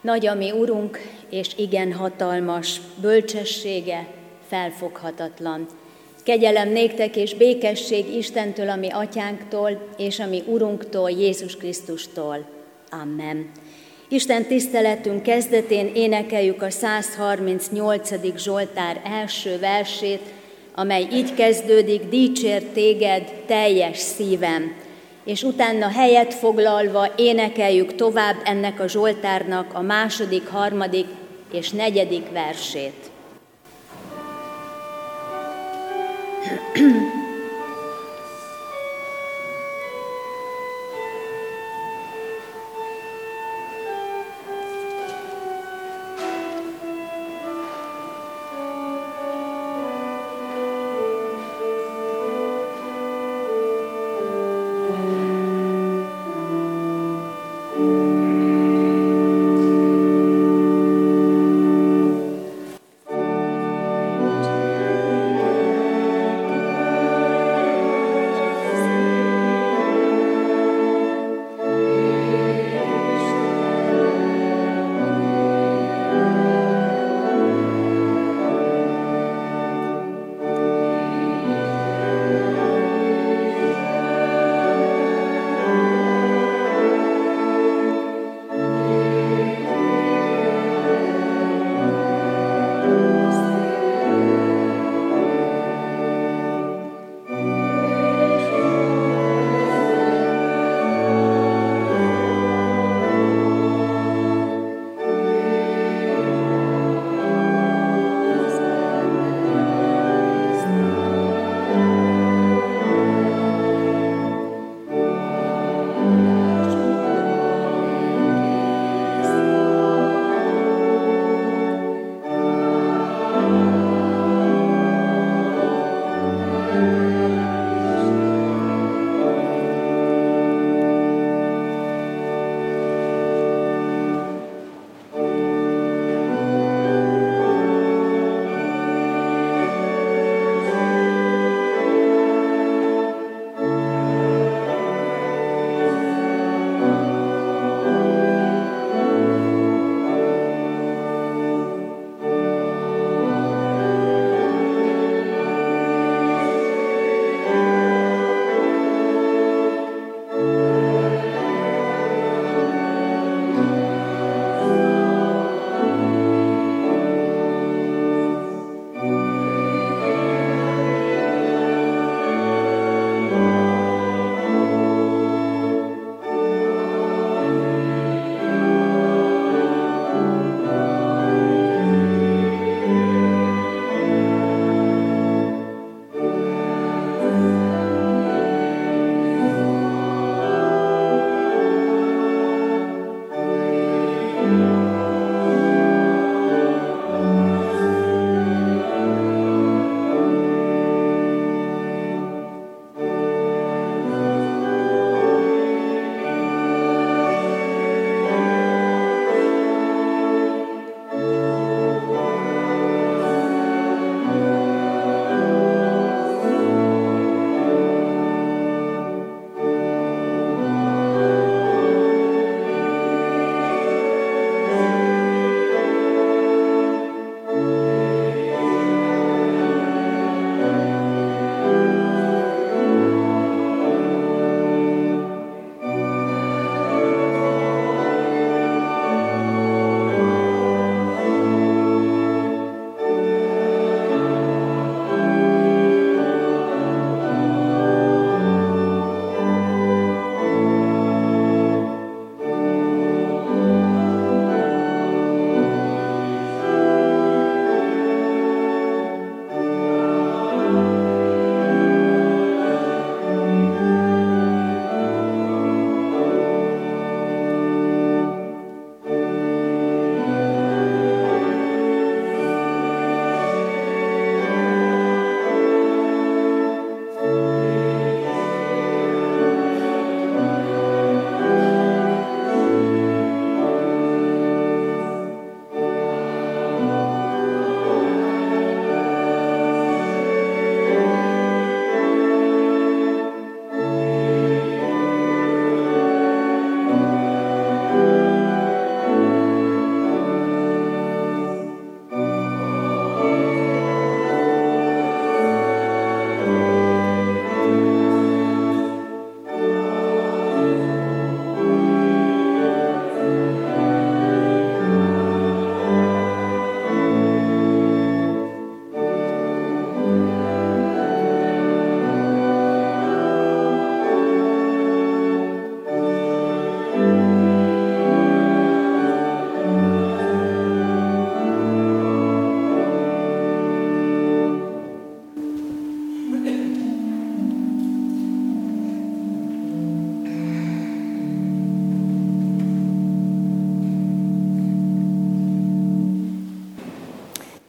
Nagy a mi Urunk, és igen hatalmas, bölcsessége felfoghatatlan. Kegyelem néktek és békesség Istentől, a mi atyánktól, és a mi Urunktól, Jézus Krisztustól. Amen. Isten tiszteletünk kezdetén énekeljük a 138. Zsoltár első versét, amely így kezdődik: dicsérd téged teljes szívem. És utána helyet foglalva énekeljük tovább ennek a Zsoltárnak a 2., 3. és 4. versét.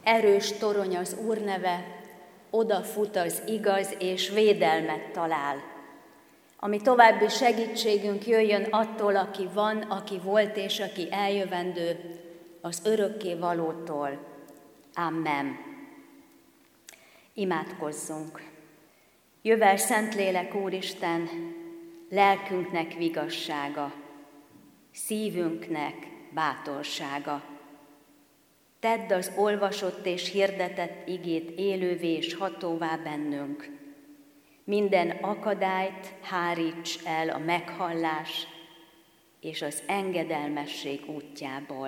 Erős torony az Úr neve, odafut az igaz és védelmet talál. Ami további segítségünk jöjjön attól, aki van, aki volt és aki eljövendő, az örökké valótól. Amen. Imádkozzunk. Jövel Szentlélek Úristen, lelkünknek vigassága, szívünknek bátorsága. Tedd az olvasott és hirdetett igét élővé és hatóvá bennünk. Minden akadályt háríts el a meghallás és az engedelmesség útjából.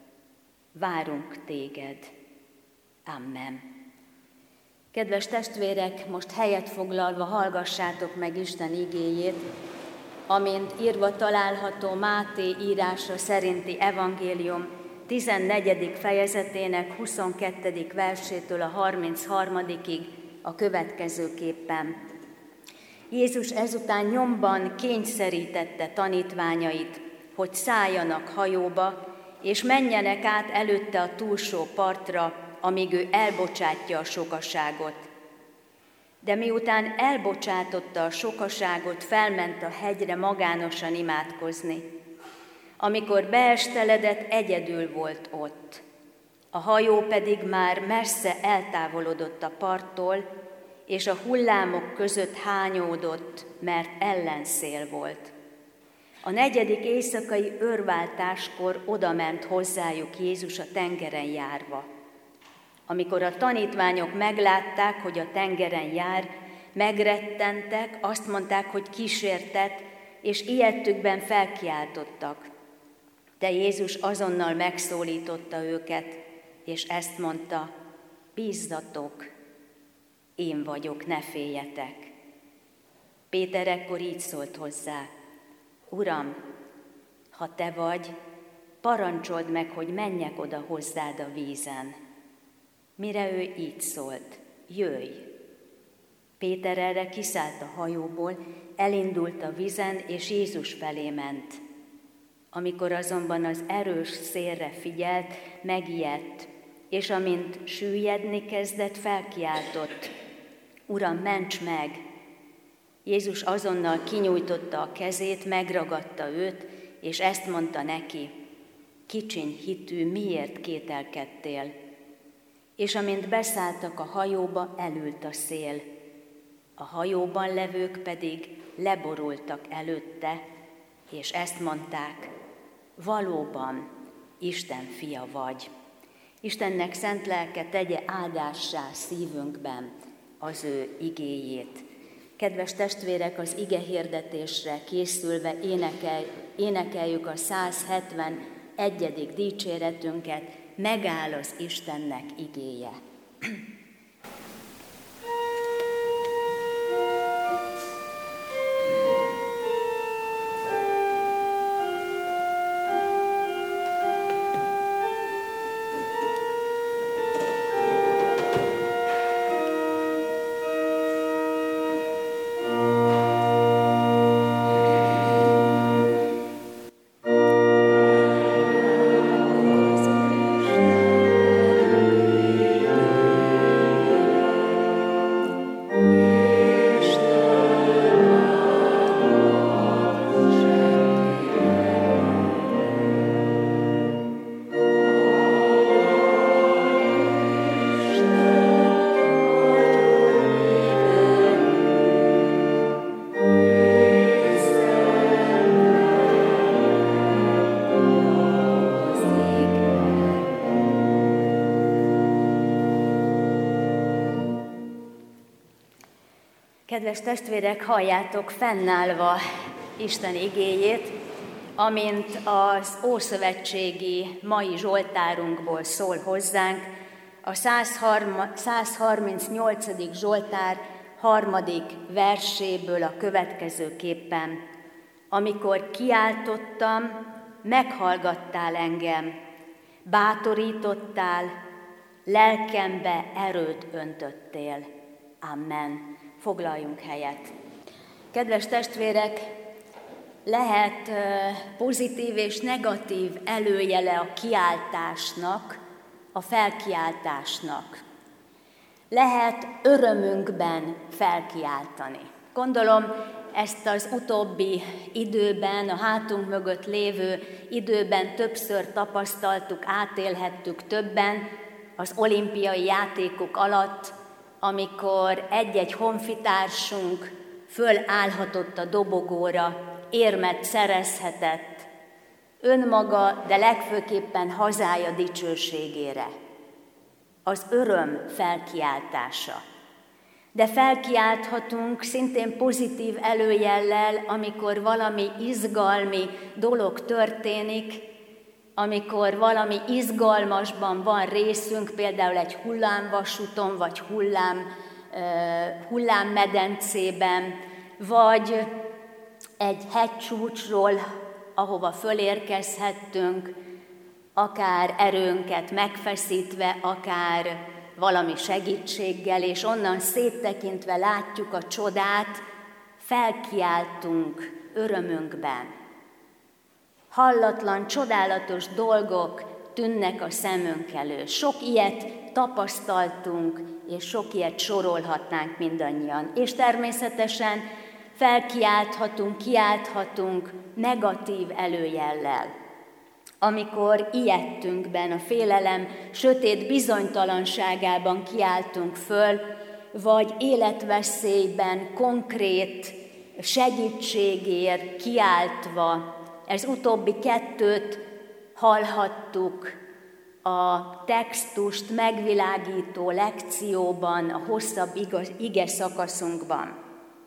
Várunk téged. Amen. Kedves testvérek, most helyet foglalva hallgassátok meg Isten igéjét, amint írva található Máté írása szerinti evangélium 14. fejezetének 22. versétől a 33-ig a következőképpen. Jézus ezután nyomban kényszerítette tanítványait, hogy szálljanak hajóba, és menjenek át előtte a túlsó partra, amíg ő elbocsátja a sokaságot. De miután elbocsátotta a sokaságot, felment a hegyre magánosan imádkozni. Amikor beesteledett, egyedül volt ott. A hajó pedig már messze eltávolodott a parttól, és a hullámok között hányódott, mert ellenszél volt. A 4. éjszakai őrváltáskor odament hozzájuk Jézus a tengeren járva. Amikor a tanítványok meglátták, hogy a tengeren jár, megrettentek, azt mondták, hogy kísértet, és ijedtükben felkiáltottak. De Jézus azonnal megszólította őket, és ezt mondta: bízzatok, én vagyok, ne féljetek. Péter ekkor így szólt hozzá: Uram, ha te vagy, parancsold meg, hogy menjek oda hozzád a vízen. Mire ő így szólt: jöjj! Péter erre kiszállt a hajóból, elindult a vízen, és Jézus felé ment. Amikor azonban az erős szélre figyelt, megijedt, és amint süllyedni kezdett, felkiáltott: Uram, ments meg! Jézus azonnal kinyújtotta a kezét, megragadta őt, és ezt mondta neki: kicsiny hitű, miért kételkedtél? És amint beszálltak a hajóba, elült a szél. A hajóban levők pedig leborultak előtte, és ezt mondták: valóban Isten fia vagy. Istennek szent lelke tegye áldássá szívünkben az ő igéjét. Kedves testvérek, az ige hirdetésre készülve énekeljük a 171. dicséretünket: megáll az Istennek igéje. Kedves testvérek, halljátok fennállva Isten igéjét, amint az ószövetségi mai zsoltárunkból szól hozzánk, a 138. zsoltár 3. verséből a következőképpen: amikor kiáltottam, meghallgattál engem, bátorítottál, lelkembe erőt öntöttél. Amen. Foglaljunk helyet. Kedves testvérek, lehet pozitív és negatív előjele a kiáltásnak, a felkiáltásnak. Lehet örömünkben felkiáltani. Gondolom, ezt az utóbbi időben, a hátunk mögött lévő időben többször tapasztaltuk, átélhettük többen az olimpiai játékok alatt, amikor egy-egy honfitársunk fölállhatott a dobogóra, érmet szerezhetett önmaga, de legfőképpen hazája dicsőségére. Az öröm felkiáltása. De felkiálthatunk szintén pozitív előjellel, amikor valami izgalmi dolog történik, amikor valami izgalmasban van részünk, például egy hullámvasúton, vagy hullámmedencében, vagy egy hegycsúcsról, ahova fölérkezhettünk, akár erőnket megfeszítve, akár valami segítséggel, és onnan széttekintve látjuk a csodát, felkiáltunk örömünkben. Hallatlan, csodálatos dolgok tűnnek a szemünk elől. Sok ilyet tapasztaltunk, és sok ilyet sorolhatnánk mindannyian. És természetesen felkiálthatunk, kiálthatunk negatív előjellel. Amikor ijedtünkben, a félelem sötét bizonytalanságában kiáltunk föl, vagy életveszélyben konkrét segítségért kiáltva, ez utóbbi kettőt hallhattuk a textust megvilágító lekcióban, a hosszabb ige szakaszunkban.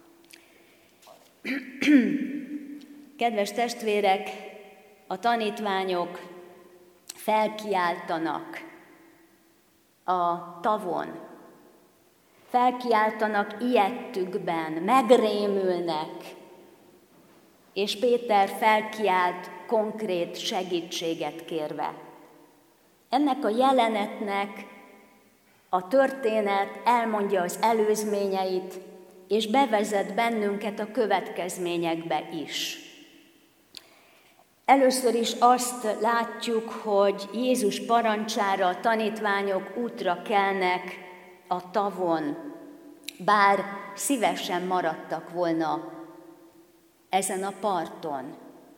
Kedves testvérek, a tanítványok felkiáltanak a tavon, felkiáltanak ijedtükben, megrémülnek, és Péter felkiált konkrét segítséget kérve. Ennek a jelenetnek a történet elmondja az előzményeit, és bevezet bennünket a következményekbe is. Először is azt látjuk, hogy Jézus parancsára a tanítványok útra kelnek a tavon, bár szívesen maradtak volna ezen a parton.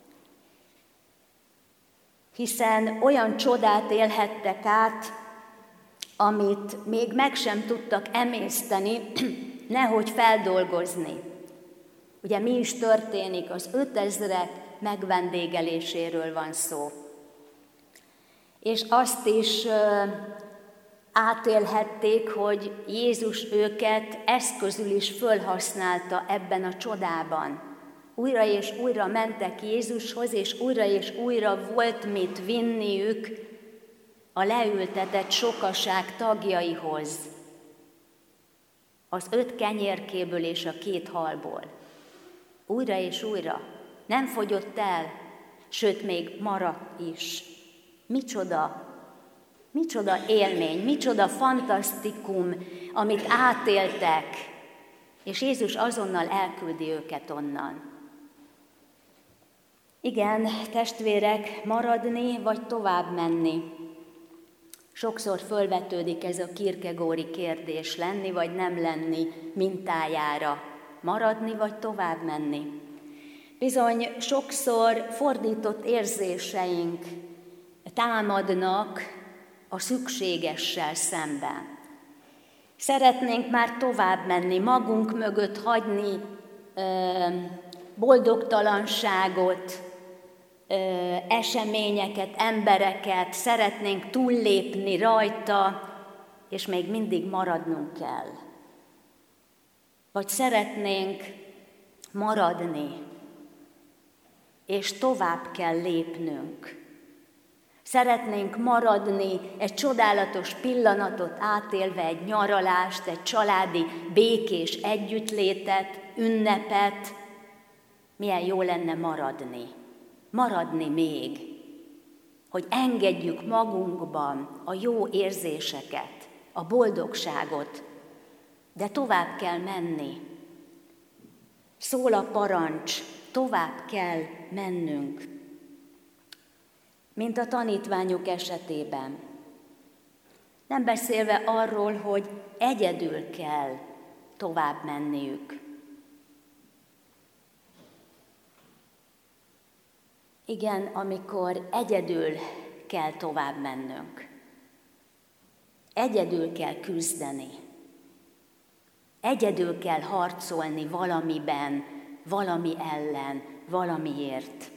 Hiszen olyan csodát élhettek át, amit még meg sem tudtak emészteni, nehogy feldolgozni. Ugye mi is történik? Az 5000 megvendégeléséről van szó. És azt is átélhették, hogy Jézus őket eszközül is fölhasználta ebben a csodában. Újra és újra mentek Jézushoz, és újra volt mit vinniük a leültetett sokaság tagjaihoz. Az 5 kenyérkéből és a 2 halból. Újra és újra. Nem fogyott el, sőt, még maradt is. Micsoda élmény, micsoda fantasztikum, amit átéltek, és Jézus azonnal elküldi őket onnan. Igen, testvérek, maradni vagy tovább menni. Sokszor fölvetődik ez a kierkegaardi kérdés, lenni vagy nem lenni mintájára. Maradni vagy tovább menni. Bizony sokszor fordított érzéseink támadnak a szükségessel szemben. Szeretnénk már tovább menni, magunk mögött hagyni boldogtalanságot, eseményeket, embereket, szeretnénk túllépni rajta, és még mindig maradnunk kell. Vagy szeretnénk maradni, és tovább kell lépnünk. Szeretnénk maradni, egy csodálatos pillanatot átélve, egy nyaralást, egy családi békés együttlétet, ünnepet. Milyen jó lenne maradni még, hogy engedjük magunkban a jó érzéseket, a boldogságot, de tovább kell menni. Szól a parancs, tovább kell mennünk. Mint a tanítványok esetében. Nem beszélve arról, hogy egyedül kell tovább menniük. Igen, amikor egyedül kell tovább mennünk. Egyedül kell küzdeni. Egyedül kell harcolni valamiben, valami ellen, valamiért.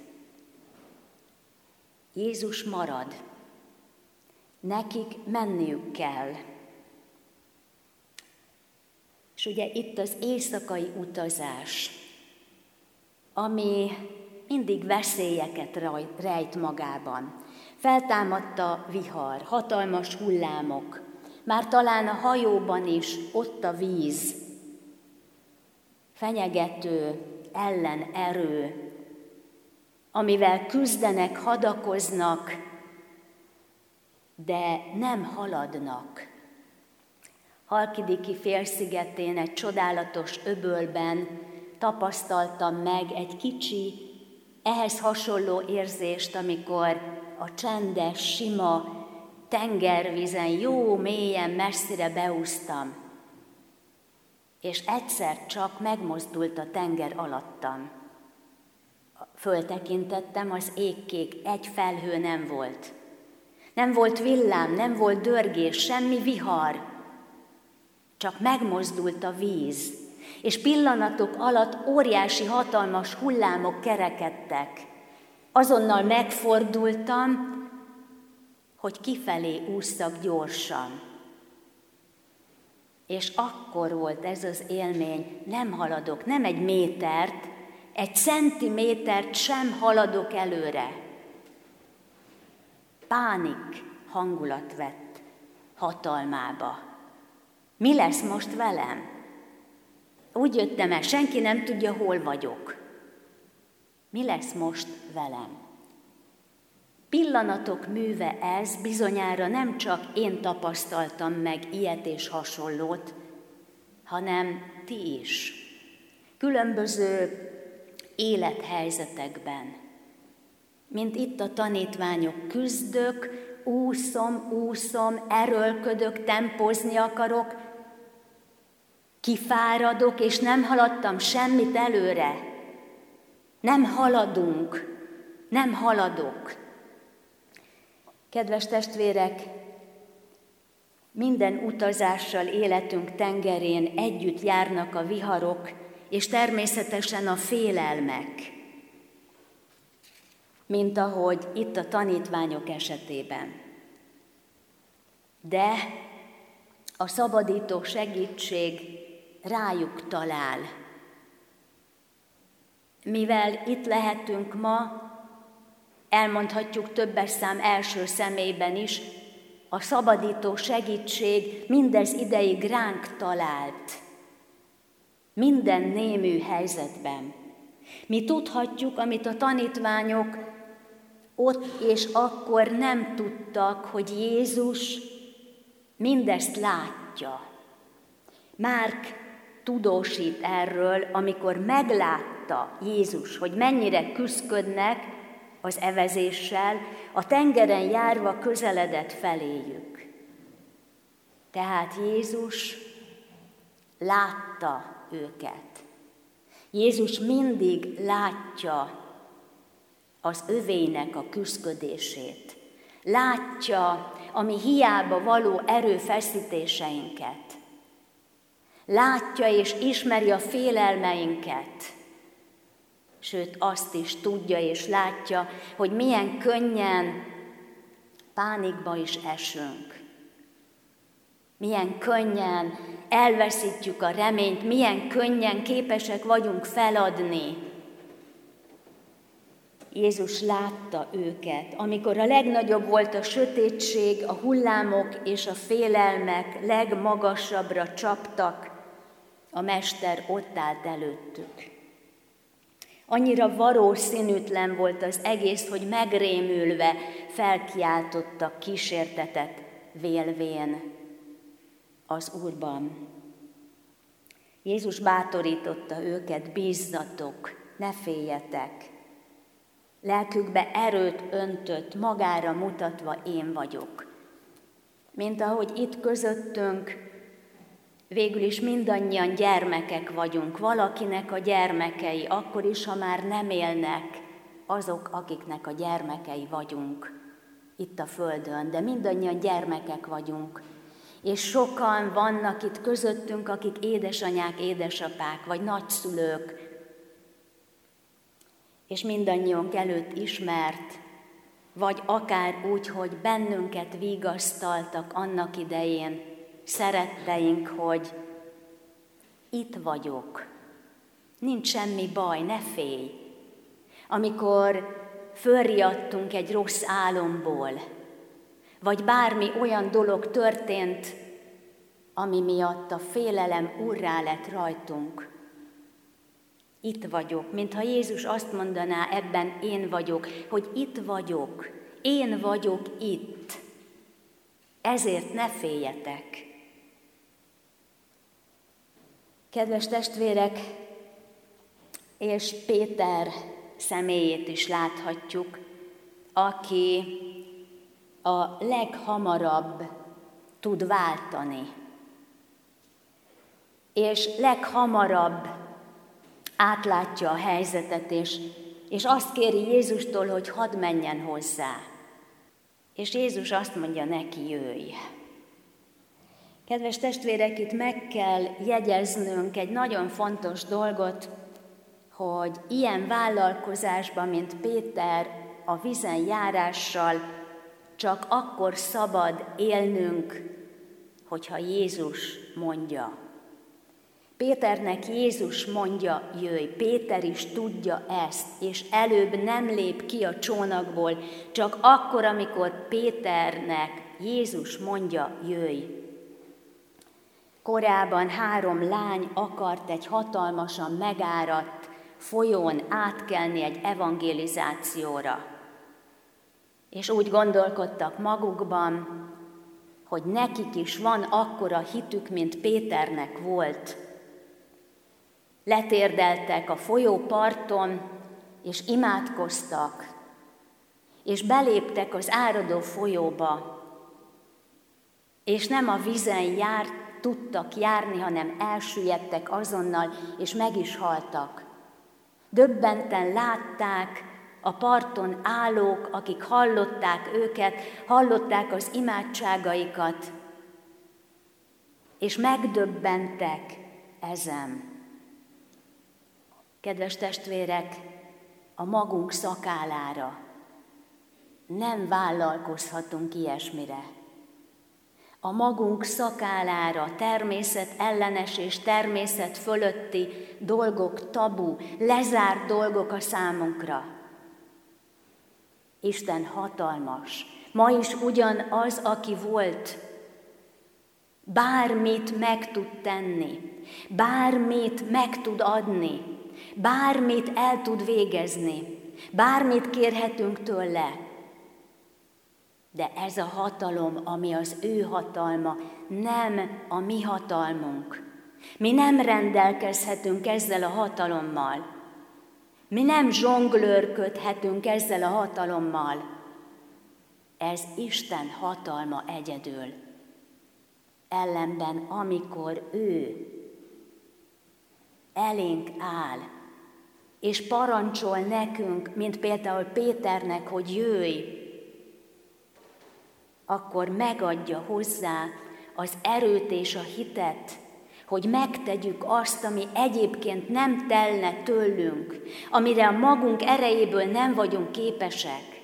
Jézus marad. Nekik menniük kell. És ugye itt az éjszakai utazás, ami mindig veszélyeket rejt magában. Feltámadt a vihar, hatalmas hullámok, már talán a hajóban is ott a víz, fenyegető ellenerő, amivel küzdenek, hadakoznak, de nem haladnak. Halkidiki félszigetén egy csodálatos öbölben tapasztaltam meg egy kicsi, ehhez hasonló érzést, amikor a csendes, sima tengervízen jó mélyen messzire beúsztam, és egyszer csak megmozdult a tenger alattam. Föltekintettem, az égkék, egy felhő nem volt. Nem volt villám, nem volt dörgés, semmi vihar, csak megmozdult a víz, és pillanatok alatt óriási, hatalmas hullámok kerekedtek. Azonnal megfordultam, hogy kifelé ússzak gyorsan. És akkor volt ez az élmény, nem haladok, nem egy métert, egy centimétert sem haladok előre. Pánik hangulat vett hatalmába. Mi lesz most velem? Úgy jöttem el, senki nem tudja, hol vagyok. Mi lesz most velem? Pillanatok műve ez, bizonyára nem csak én tapasztaltam meg ilyet és hasonlót, hanem ti is. Különböző élethelyzetekben. Mint itt a tanítványok, küzdök, úszom, erőlködök, tempózni akarok, kifáradok, és nem haladtam semmit előre. Nem haladok. Kedves testvérek, minden utazással életünk tengerén együtt járnak a viharok, és természetesen a félelmek, mint ahogy itt a tanítványok esetében. De a szabadító segítség rájuk talál. Mivel itt lehetünk ma, elmondhatjuk többes szám első személyben is, a szabadító segítség mindez ideig ránk talált. Minden némű helyzetben. Mi tudhatjuk, amit a tanítványok ott és akkor nem tudtak, hogy Jézus mindezt látja. Márk tudósít erről, amikor meglátta Jézus, hogy mennyire küszködnek az evezéssel, a tengeren járva közeledett feléjük. Tehát Jézus látta őket. Jézus mindig látja az övének a küszködését. Látja a mi hiába való erőfeszítéseinket. Látja és ismeri a félelmeinket. Sőt, azt is tudja és látja, hogy milyen könnyen pánikba is esünk. Milyen könnyen elveszítjük a reményt, milyen könnyen képesek vagyunk feladni. Jézus látta őket, amikor a legnagyobb volt a sötétség, a hullámok és a félelmek legmagasabbra csaptak, a Mester ott állt előttük. Annyira valószínűtlen volt az egész, hogy megrémülve felkiáltottak kísértetet vélvén az Úrban. Jézus bátorította őket, bízzatok, ne féljetek. Lelkükbe erőt öntött, magára mutatva én vagyok. mint ahogy itt közöttünk végül is mindannyian gyermekek vagyunk, valakinek a gyermekei, akkor is, ha már nem élnek azok, akiknek a gyermekei vagyunk itt a Földön, de mindannyian gyermekek vagyunk. És sokan vannak itt közöttünk, akik édesanyák, édesapák, vagy nagyszülők, és mindannyiunk előtt ismert, vagy akár úgy, hogy bennünket vigasztaltak annak idején szeretteink, hogy itt vagyok, nincs semmi baj, ne félj. Amikor fölriadtunk egy rossz álomból, vagy bármi olyan dolog történt, ami miatt a félelem urrá lett rajtunk. Itt vagyok, mintha Jézus azt mondaná ebben, én vagyok, hogy itt vagyok, én vagyok itt. Ezért ne féljetek. Kedves testvérek, és Péter személyét is láthatjuk, aki a leghamarabb tud váltani, és leghamarabb átlátja a helyzetet, és azt kéri Jézustól, hogy hadd menjen hozzá. És Jézus azt mondja neki, jöjj. Kedves testvérek, itt meg kell jegyeznünk egy nagyon fontos dolgot, hogy ilyen vállalkozásban, mint Péter, a vízen járással csak akkor szabad élnünk, hogyha Jézus mondja. Péternek Jézus mondja, jöjj. Péter is tudja ezt, és előbb nem lép ki a csónakból, csak akkor, amikor Péternek Jézus mondja, jöjj. Korábban 3 lány akart egy hatalmasan megáradt folyón átkelni egy evangelizációra. És úgy gondolkodtak magukban, hogy nekik is van akkora hitük, mint Péternek volt. Letérdeltek a folyóparton, és imádkoztak, és beléptek az áradó folyóba, és nem a vízen tudtak járni, hanem elsüllyedtek azonnal, és meg is haltak. Döbbenten látták a parton állók, akik hallották őket, hallották az imádságaikat, és megdöbbentek ezen. Kedves testvérek, a magunk szakálára nem vállalkozhatunk ilyesmire. A magunk szakálára természet ellenes és természet fölötti dolgok tabu, lezárt dolgok a számunkra. Isten hatalmas. Ma is ugyanaz, aki volt, bármit meg tud tenni, bármit meg tud adni, bármit el tud végezni, bármit kérhetünk tőle. De ez a hatalom, ami az ő hatalma, nem a mi hatalmunk. Mi nem rendelkezhetünk ezzel a hatalommal. Mi nem zsonglőrködhetünk ezzel a hatalommal. Ez Isten hatalma egyedül. Ellenben, amikor ő elénk áll, és parancsol nekünk, mint például Péternek, hogy jöjj, akkor megadja hozzá az erőt és a hitet, hogy megtegyük azt, ami egyébként nem telne tőlünk, amire a magunk erejéből nem vagyunk képesek.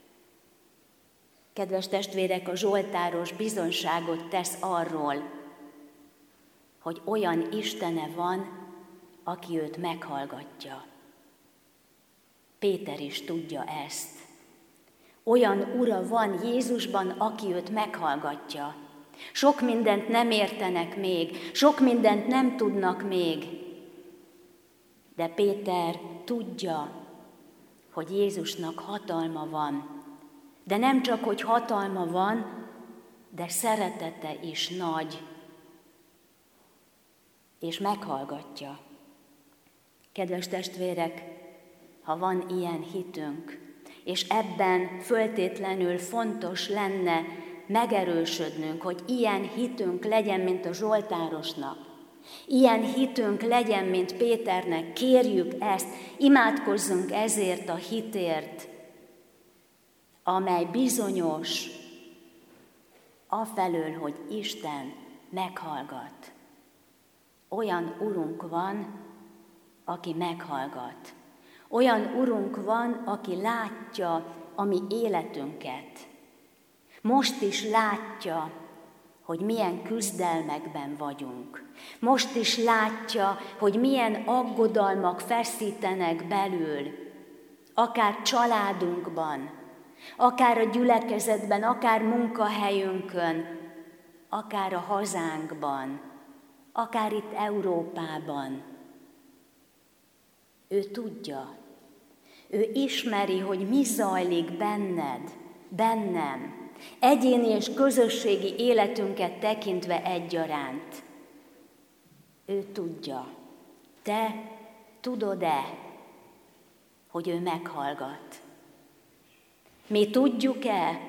Kedves testvérek, a zsoltáros bizonyságot tesz arról, hogy olyan Istene van, aki őt meghallgatja. Péter is tudja ezt. Olyan Ura van Jézusban, aki őt meghallgatja. Sok mindent nem értenek még, sok mindent nem tudnak még. De Péter tudja, hogy Jézusnak hatalma van. De nem csak, hogy hatalma van, de szeretete is nagy. És meghallgatja. Kedves testvérek, ha van ilyen hitünk, és ebben föltétlenül fontos lenne megerősödnünk, hogy ilyen hitünk legyen, mint a zsoltárosnak. Ilyen hitünk legyen, mint Péternek, kérjük ezt, imádkozzunk ezért a hitért, amely bizonyos afelől, hogy Isten meghallgat. Olyan Urunk van, aki meghallgat. Olyan Urunk van, aki látja a mi életünket. Most is látja, hogy milyen küzdelmekben vagyunk. Most is látja, hogy milyen aggodalmak feszítenek belül, akár családunkban, akár a gyülekezetben, akár munkahelyünkön, akár a hazánkban, akár itt Európában. Ő tudja, ő ismeri, hogy mi zajlik benned, bennem, egyéni és közösségi életünket tekintve egyaránt. Ő tudja. Te tudod-e, hogy ő meghallgat? Mi tudjuk-e,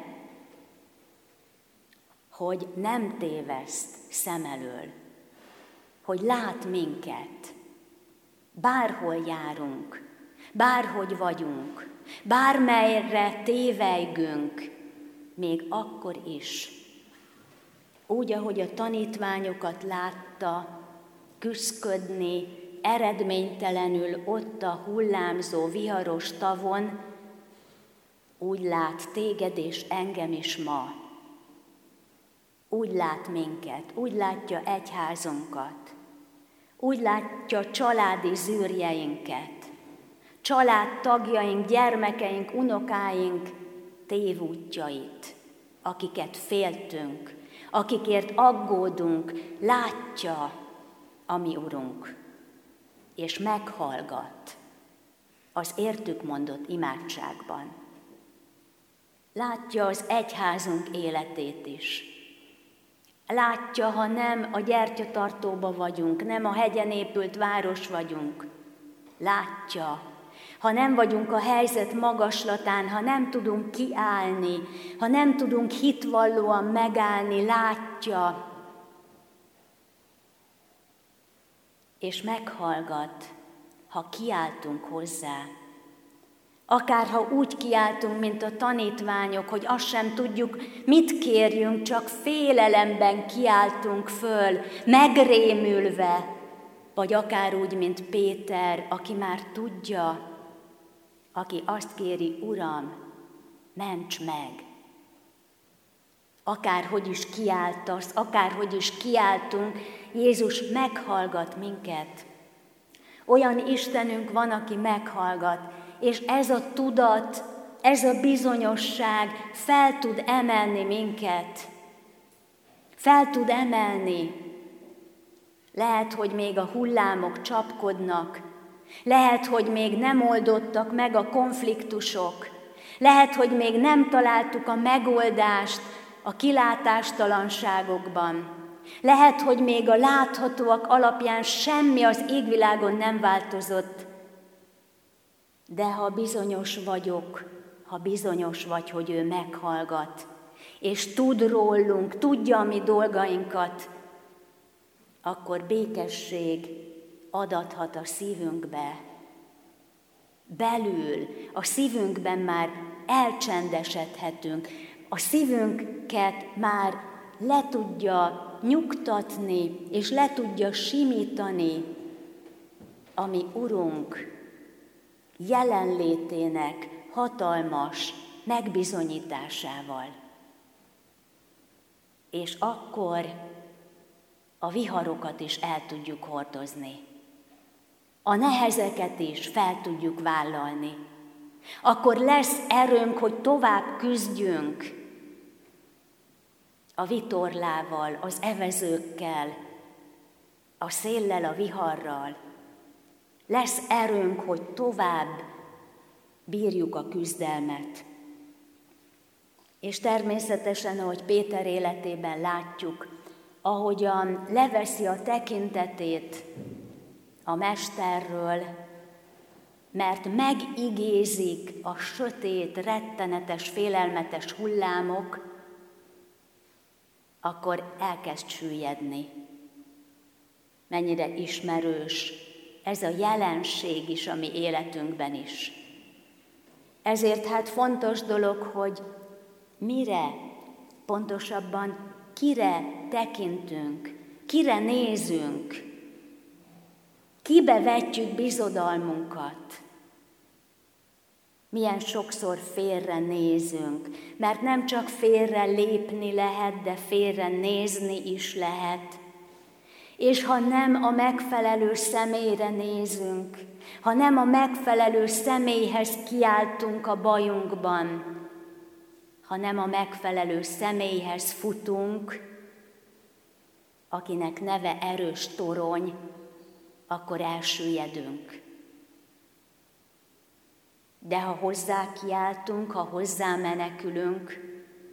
hogy nem téveszt szem elől, hogy lát minket, bárhol járunk, bárhogy vagyunk, bármelyre tévejgünk, még akkor is. Úgy, ahogy a tanítványokat látta küszködni, eredménytelenül ott a hullámzó, viharos tavon, úgy lát téged és engem is ma. Úgy lát minket, úgy látja egyházunkat, úgy látja családi zűrjeinket, családtagjaink, gyermekeink, unokáink tévútjait, akiket féltünk, akikért aggódunk, látja a mi Urunk, és meghallgat az értük mondott imádságban. Látja az egyházunk életét is. Látja, ha nem a gyertyatartóba vagyunk, nem a hegyen épült város vagyunk. Látja, ha nem vagyunk a helyzet magaslatán, ha nem tudunk kiállni, ha nem tudunk hitvallóan megállni, látja, és meghallgat, ha kiáltunk hozzá. Akár ha úgy kiáltunk, mint a tanítványok, hogy azt sem tudjuk, mit kérjünk, csak félelemben kiáltunk föl, megrémülve, vagy akár úgy, mint Péter, aki már tudja, aki azt kéri, Uram, ments meg! Akárhogy is kiáltasz, akárhogy is kiáltunk, Jézus meghallgat minket. Olyan Istenünk van, aki meghallgat, és ez a tudat, ez a bizonyosság fel tud emelni minket. Fel tud emelni. Lehet, hogy még a hullámok csapkodnak, lehet, hogy még nem oldottak meg a konfliktusok, lehet, hogy még nem találtuk a megoldást a kilátástalanságokban. Lehet, hogy még a láthatóak alapján semmi az égvilágon nem változott, de ha bizonyos vagyok, ha bizonyos vagy, hogy ő meghallgat, és tud rólunk, tudja a mi dolgainkat, akkor békesség adathat a szívünkbe. Belül, a szívünkben már elcsendesedhetünk, a szívünket már le tudja nyugtatni, és le tudja simítani a mi Urunk jelenlétének hatalmas megbizonyításával. És akkor a viharokat is el tudjuk hordozni. A nehezeket is fel tudjuk vállalni. Akkor lesz erőnk, hogy tovább küzdjünk a vitorlával, az evezőkkel, a széllel, a viharral. Lesz erőnk, hogy tovább bírjuk a küzdelmet. És természetesen, ahogy Péter életében látjuk, ahogyan leveszi a tekintetét a mesterről, mert megigézik a sötét, rettenetes, félelmetes hullámok, akkor elkezd süllyedni. Mennyire ismerős ez a jelenség is a mi életünkben is. Ezért hát fontos dolog, hogy mire, pontosabban kire tekintünk, kire nézünk, kibe vetjük bizodalmunkat. Milyen sokszor félre nézünk, mert nem csak félre lépni lehet, de félre nézni is lehet. És ha nem a megfelelő személyre nézünk, ha nem a megfelelő személyhez kiáltunk a bajunkban, ha nem a megfelelő személyhez futunk, akinek neve erős torony, akkor elsüllyedünk. De ha hozzá kiáltunk, ha hozzá menekülünk,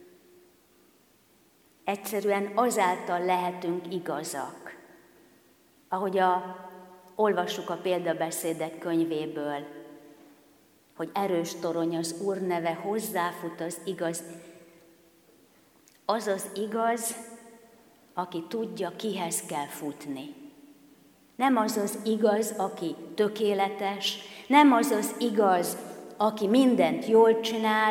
egyszerűen azáltal lehetünk igazak. Ahogy olvassuk a példabeszédek könyvéből, hogy erős torony az Úr neve, hozzáfut az igaz. Az az igaz, aki tudja, kihez kell futni. Nem az az igaz, aki tökéletes, nem az az igaz, aki mindent jól csinál,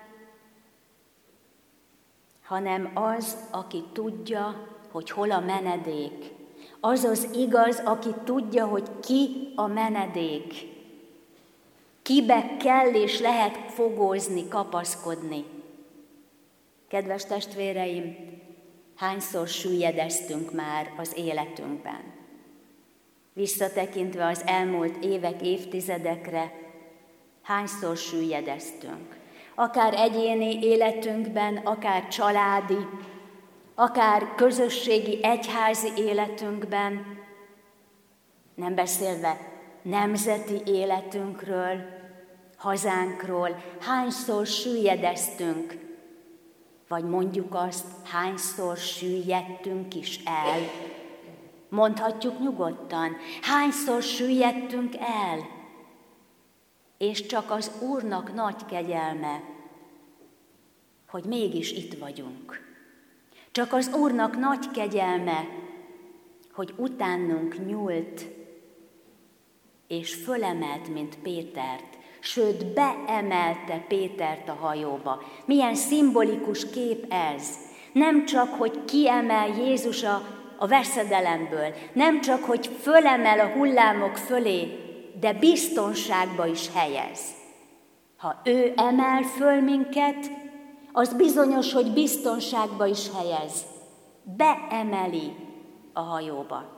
hanem az, aki tudja, hogy hol a menedék. Az az igaz, aki tudja, hogy ki a menedék. Kibe kell és lehet fogózni, kapaszkodni. Kedves testvéreim, hányszor süllyedeztünk már az életünkben? Visszatekintve az elmúlt évek, évtizedekre, hányszor süllyedeztünk? Akár egyéni életünkben, akár családi, akár közösségi, egyházi életünkben, nem beszélve nemzeti életünkről, hazánkról, hányszor süllyedeztünk, vagy mondjuk azt, hányszor süllyedtünk is el. Mondhatjuk nyugodtan, hányszor süllyedtünk el, és csak az Úrnak nagy kegyelme, hogy mégis itt vagyunk. Csak az Úrnak nagy kegyelme, hogy utánunk nyúlt, és fölemelt, mint Pétert, sőt, beemelte Pétert a hajóba. Milyen szimbolikus kép ez! Nem csak, hogy kiemel Jézus a veszedelemből, nem csak, hogy fölemel a hullámok fölé, de biztonságba is helyez. Ha ő emel föl minket, az bizonyos, hogy biztonságba is helyez. Beemeli a hajóba.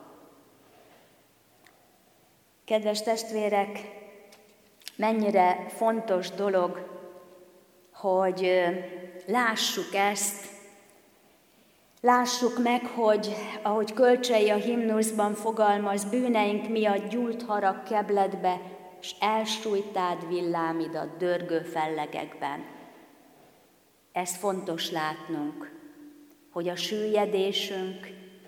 Kedves testvérek, mennyire fontos dolog, hogy lássuk ezt, lássuk meg, hogy ahogy Kölcsei a himnuszban fogalmaz, bűneink miatt gyúlt harag kebledbe, s elsújtád villámidat dörgő fellegekben. Ez fontos látnunk, hogy a süllyedésünk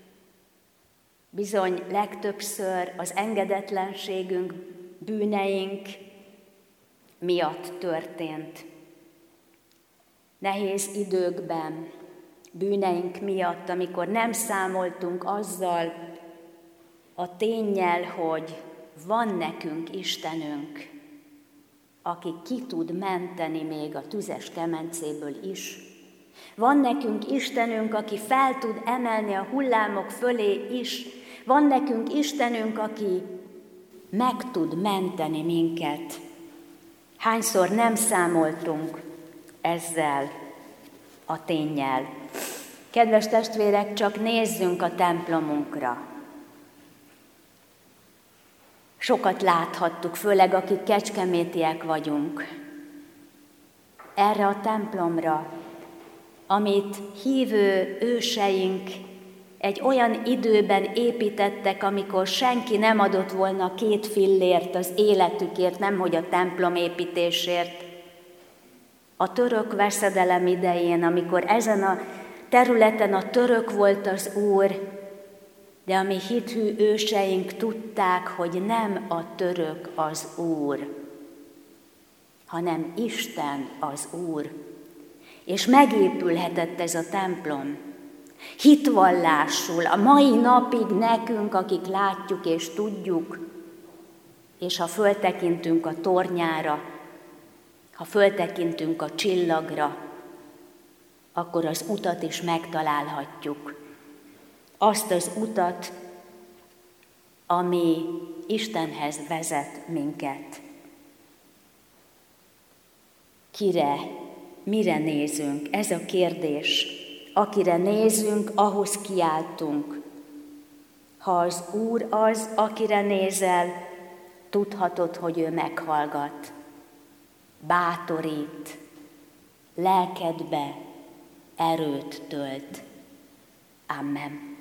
bizony legtöbbször az engedetlenségünk, bűneink miatt történt. Nehéz időkben, bűneink miatt, amikor nem számoltunk azzal a ténnyel, hogy van nekünk Istenünk, aki ki tud menteni még a tüzes kemencéből is. Van nekünk Istenünk, aki fel tud emelni a hullámok fölé is. Van nekünk Istenünk, aki meg tud menteni minket. Hányszor nem számoltunk ezzel a ténnyel. Kedves testvérek, csak nézzünk a templomunkra. Sokat láthattuk, főleg akik kecskemétiek vagyunk, erre a templomra, amit hívő őseink egy olyan időben építettek, amikor senki nem adott volna 2 fillért az életükért, nemhogy a templom építésért. A török veszedelem idején, amikor ezen a területen a török volt az Úr, de a mi hithű őseink tudták, hogy nem a török az Úr, hanem Isten az Úr. És megépülhetett ez a templom. Hitvallásul a mai napig nekünk, akik látjuk és tudjuk, és ha föltekintünk a tornyára, ha föltekintünk a csillagra, akkor az utat is megtalálhatjuk. Azt az utat, ami Istenhez vezet minket. Kire, mire nézünk? Ez a kérdés. Akire nézünk, ahhoz kiáltunk. Ha az Úr az, akire nézel, tudhatod, hogy ő meghallgat, bátorít, lelkedbe erőt tölt. Amen.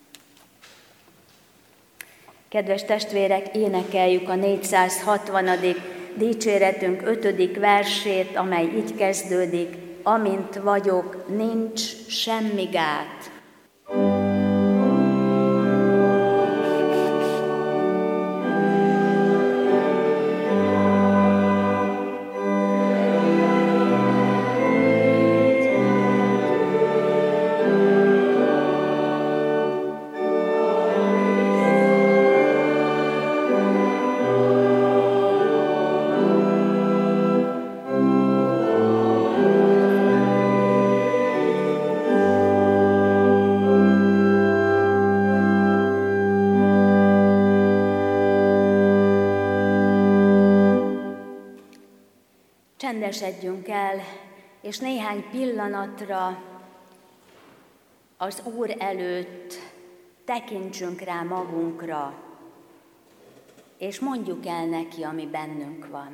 Kedves testvérek, énekeljük a 460. dicséretünk 5. versét, amely így kezdődik: amint vagyok, nincs semmi gát. Csendesedjünk el, és néhány pillanatra az Úr előtt tekintsünk rá magunkra, és mondjuk el neki, ami bennünk van.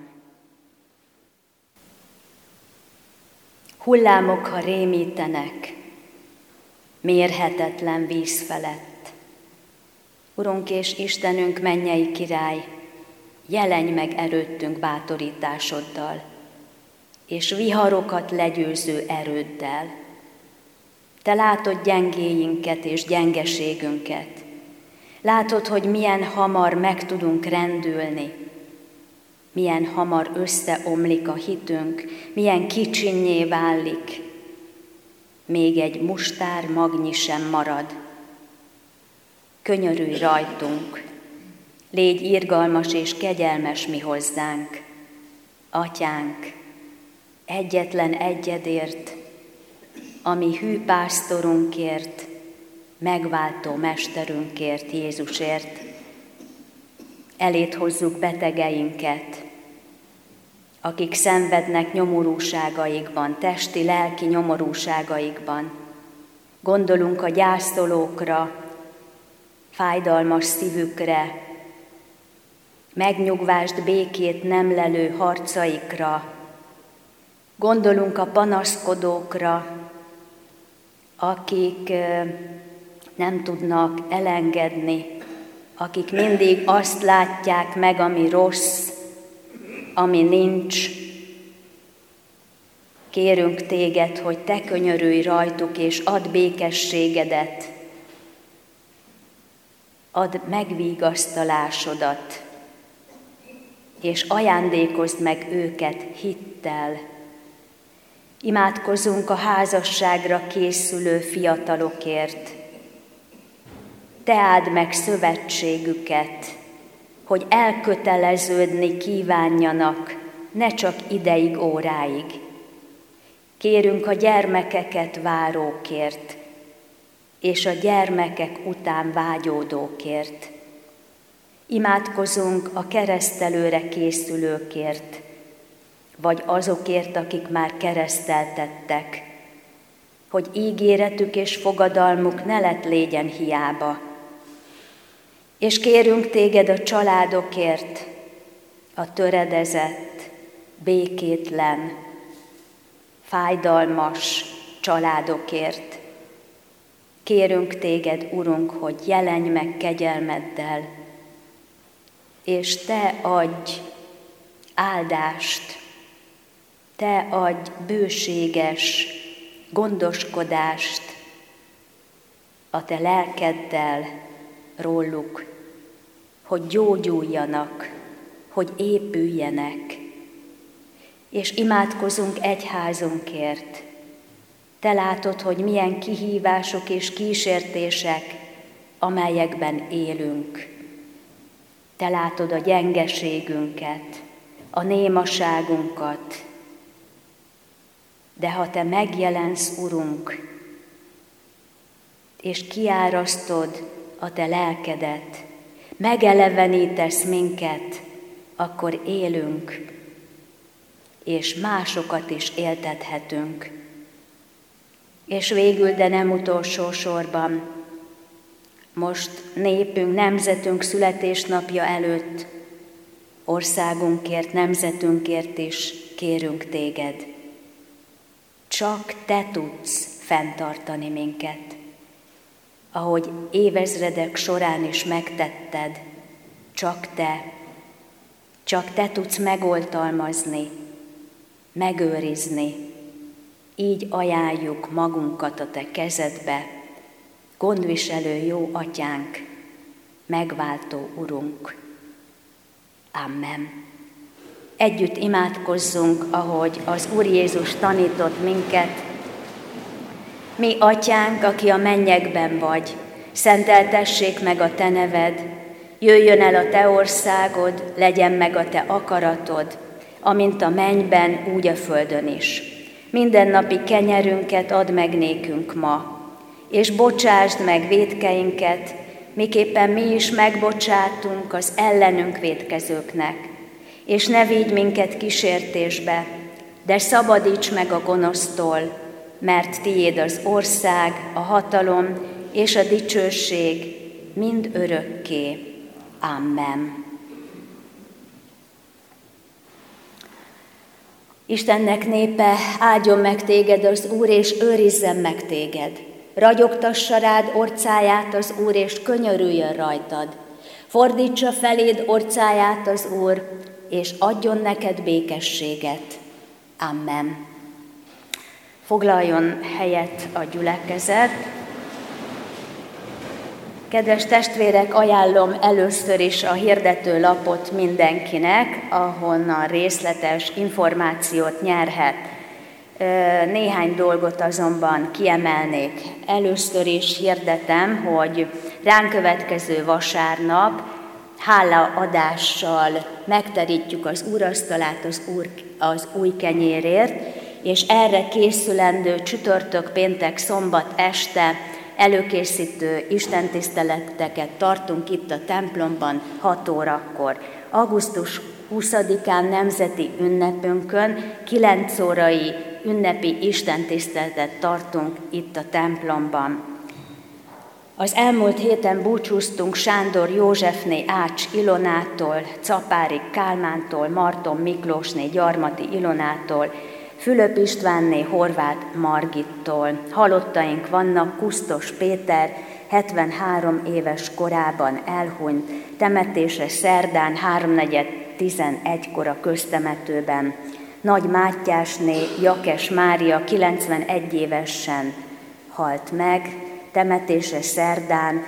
Hullámok, ha rémítenek, mérhetetlen víz felett. Urunk és Istenünk, mennyei király, jelenj meg előttünk bátorításoddal, és viharokat legyőző erőddel. Te látod gyengéinket és gyengeségünket. Látod, hogy milyen hamar meg tudunk rendülni, milyen hamar összeomlik a hitünk, milyen kicsinnyé válik, még egy mustár magnyi sem marad. Könyörülj rajtunk, légy irgalmas és kegyelmes mi hozzánk, Atyánk, egyetlen egyedért, ami hű pásztorunkért, megváltó mesterünkért, Jézusért. Eléd hozzuk betegeinket, akik szenvednek nyomorúságaikban, testi, lelki nyomorúságaikban. Gondolunk a gyászolókra, fájdalmas szívükre, megnyugvást, békét nem lelő harcaikra. Gondolunk a panaszkodókra, akik nem tudnak elengedni, akik mindig azt látják meg, ami rossz, ami nincs. Kérünk téged, hogy te könyörülj rajtuk, és add békességedet, add megvigasztalásodat, és ajándékozd meg őket hittel. Imádkozzunk a házasságra készülő fiatalokért. Te áld meg szövetségüket, hogy elköteleződni kívánjanak, ne csak ideig, óráig. Kérünk a gyermekeket várókért, és a gyermekek után vágyódókért. Imádkozunk a keresztelőre készülőkért, vagy azokért, akik már kereszteltettek, hogy ígéretük és fogadalmuk ne lett légyen hiába. És kérünk téged a családokért, a töredezett, békétlen, fájdalmas családokért. Kérünk téged, Urunk, hogy jelenj meg kegyelmeddel, és te adj áldást, te adj bőséges gondoskodást a te lelkeddel róluk, hogy gyógyuljanak, hogy épüljenek. És imádkozunk egyházunkért. Te látod, hogy milyen kihívások és kísértések, amelyekben élünk. Te látod a gyengeségünket, a némaságunkat, de ha Te megjelensz, Urunk, és kiárasztod a Te lelkedet, megelevenítesz minket, akkor élünk, és másokat is éltethetünk. És végül, de nem utolsó sorban, most népünk, nemzetünk születésnapja előtt, országunkért, nemzetünkért is kérünk Téged. Csak Te tudsz fenntartani minket, ahogy évezredek során is megtetted, csak Te tudsz megoltalmazni, megőrizni. Így ajánljuk magunkat a Te kezedbe, gondviselő jó Atyánk, megváltó Urunk. Amen. Együtt imádkozzunk, ahogy az Úr Jézus tanított minket. Mi, Atyánk, aki a mennyekben vagy, szenteltessék meg a Te neved, jöjjön el a Te országod, legyen meg a Te akaratod, amint a mennyben, úgy a földön is. Mindennapi kenyerünket add meg nékünk ma, és bocsásd meg vétkeinket, miképpen mi is megbocsátunk az ellenünk vétkezőknek. És ne vigy minket kísértésbe, de szabadíts meg a gonosztól, mert Tiéd az ország, a hatalom és a dicsőség mind örökké. Amen. Istennek népe, áldjon meg téged az Úr, és őrizzen meg téged. Ragyogtassa rád orcáját az Úr, és könyörüljön rajtad. Fordítsa feléd orcáját az Úr, és adjon neked békességet. Amen. Foglaljon helyet a gyülekezet. Kedves testvérek, ajánlom először is a hirdető lapot mindenkinek, ahonnan részletes információt nyerhet. Néhány dolgot azonban kiemelnék. Először is hirdetem, hogy ránk következő vasárnap hálaadással megterítjük az úrasztalát az új kenyérért, és erre készülendő csütörtök, péntek, szombat este előkészítő istentiszteleteket tartunk itt a templomban 6 órakor. Augusztus 20-án nemzeti ünnepünkön 9 órai ünnepi istentiszteletet tartunk itt a templomban. Az elmúlt héten búcsúztunk Sándor Józsefné Ács Ilonától, Capári Kálmántól, Marton Miklósné Gyarmati Ilonától, Fülöp Istvánné Horváth Margittól. Halottaink vannak, Kusztos Péter 73 éves korában elhunyt, temetése szerdán 3:11-kor a köztemetőben. Nagy Mátyásné Jakes Mária 91 évesen halt meg, temetése szerdán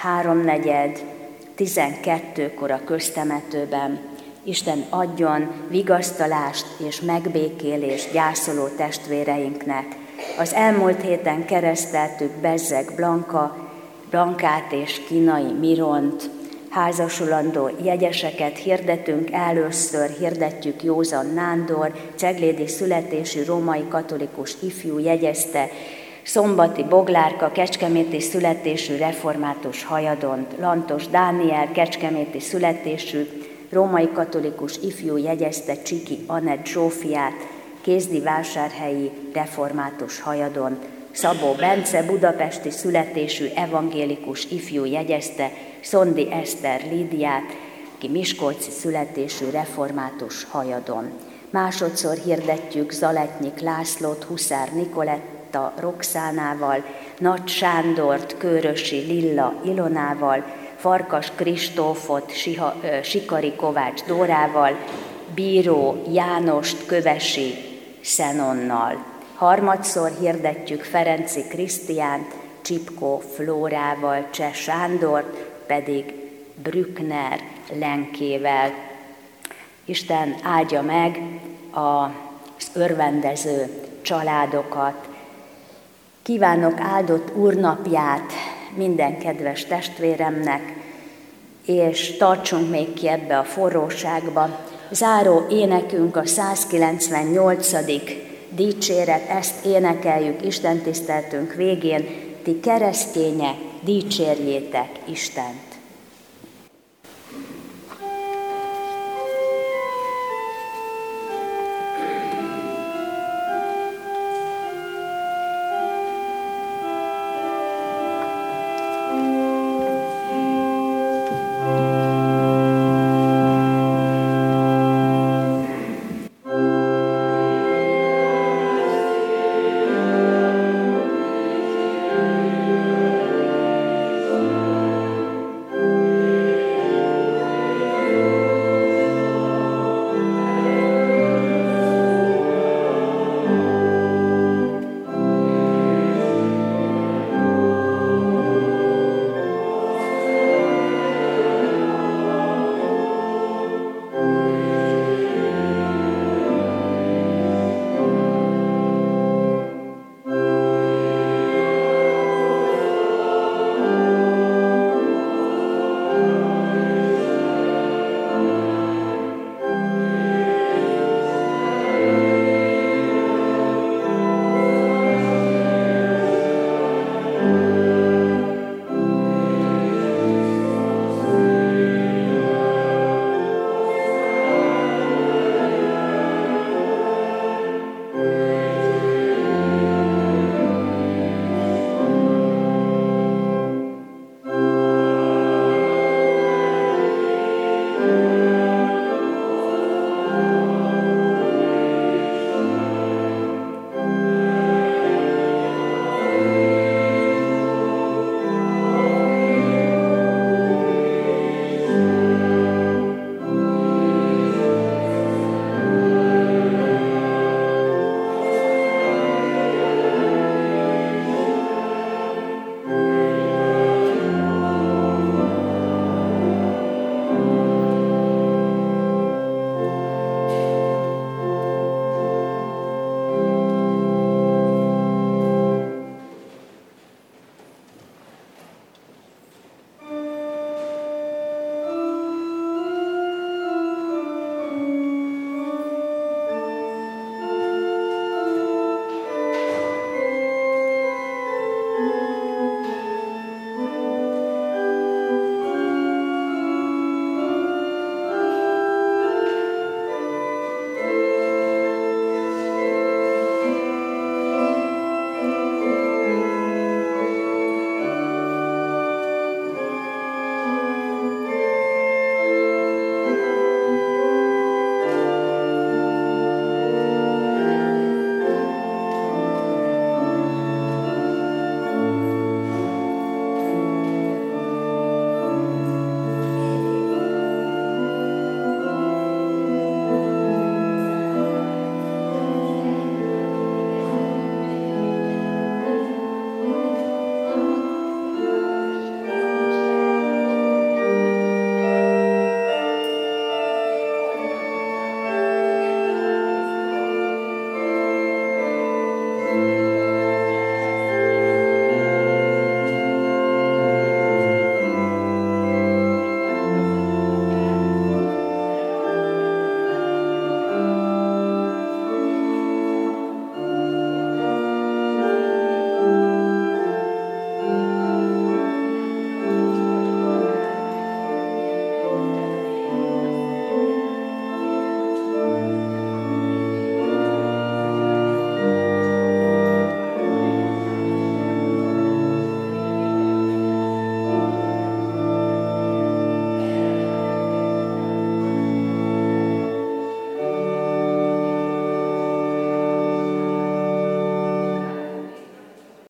3:12-kor a köztemetőben. Isten adjon vigasztalást és megbékélést gyászoló testvéreinknek. Az elmúlt héten kereszteltük Bezzeg Blankát és Kínai Miront. Házasulandó jegyeseket hirdetünk, először hirdetjük Józan Nándor, ceglédi születésű római katolikus ifjú jegyezte, Szombati Boglárka, kecskeméti születésű református hajadont, Lantos Dániel, kecskeméti születésű római katolikus ifjú jegyezte Csiki Anett Zsófiát, kézdivásárhelyi református hajadon, Szabó Bence, budapesti születésű evangélikus ifjú jegyezte Szondi Eszter Lídiát, ki miskolci születésű református hajadon. Másodszor hirdetjük Zaletnyik Lászlót, Huszár Nikoletta Roxánával, Nagy Sándort, Kőrösi Lilla Ilonával, Farkas Kristófot, Sikari Kovács Dórával, Bíró Jánost Kövesi Szenonnal. Harmadszor hirdetjük Ferenci Krisztiánt, Csipko Flórával, Cseh Sándort, pedig Brückner Lenkével. Isten áldja meg az örvendező családokat. Kívánok áldott úrnapját minden kedves testvéremnek, és tartsunk még ki ebbe a forróságba. Záró énekünk a 198. dicséret, ezt énekeljük istentiszteltünk végén. Ti keresztények, dicsérjétek Istent!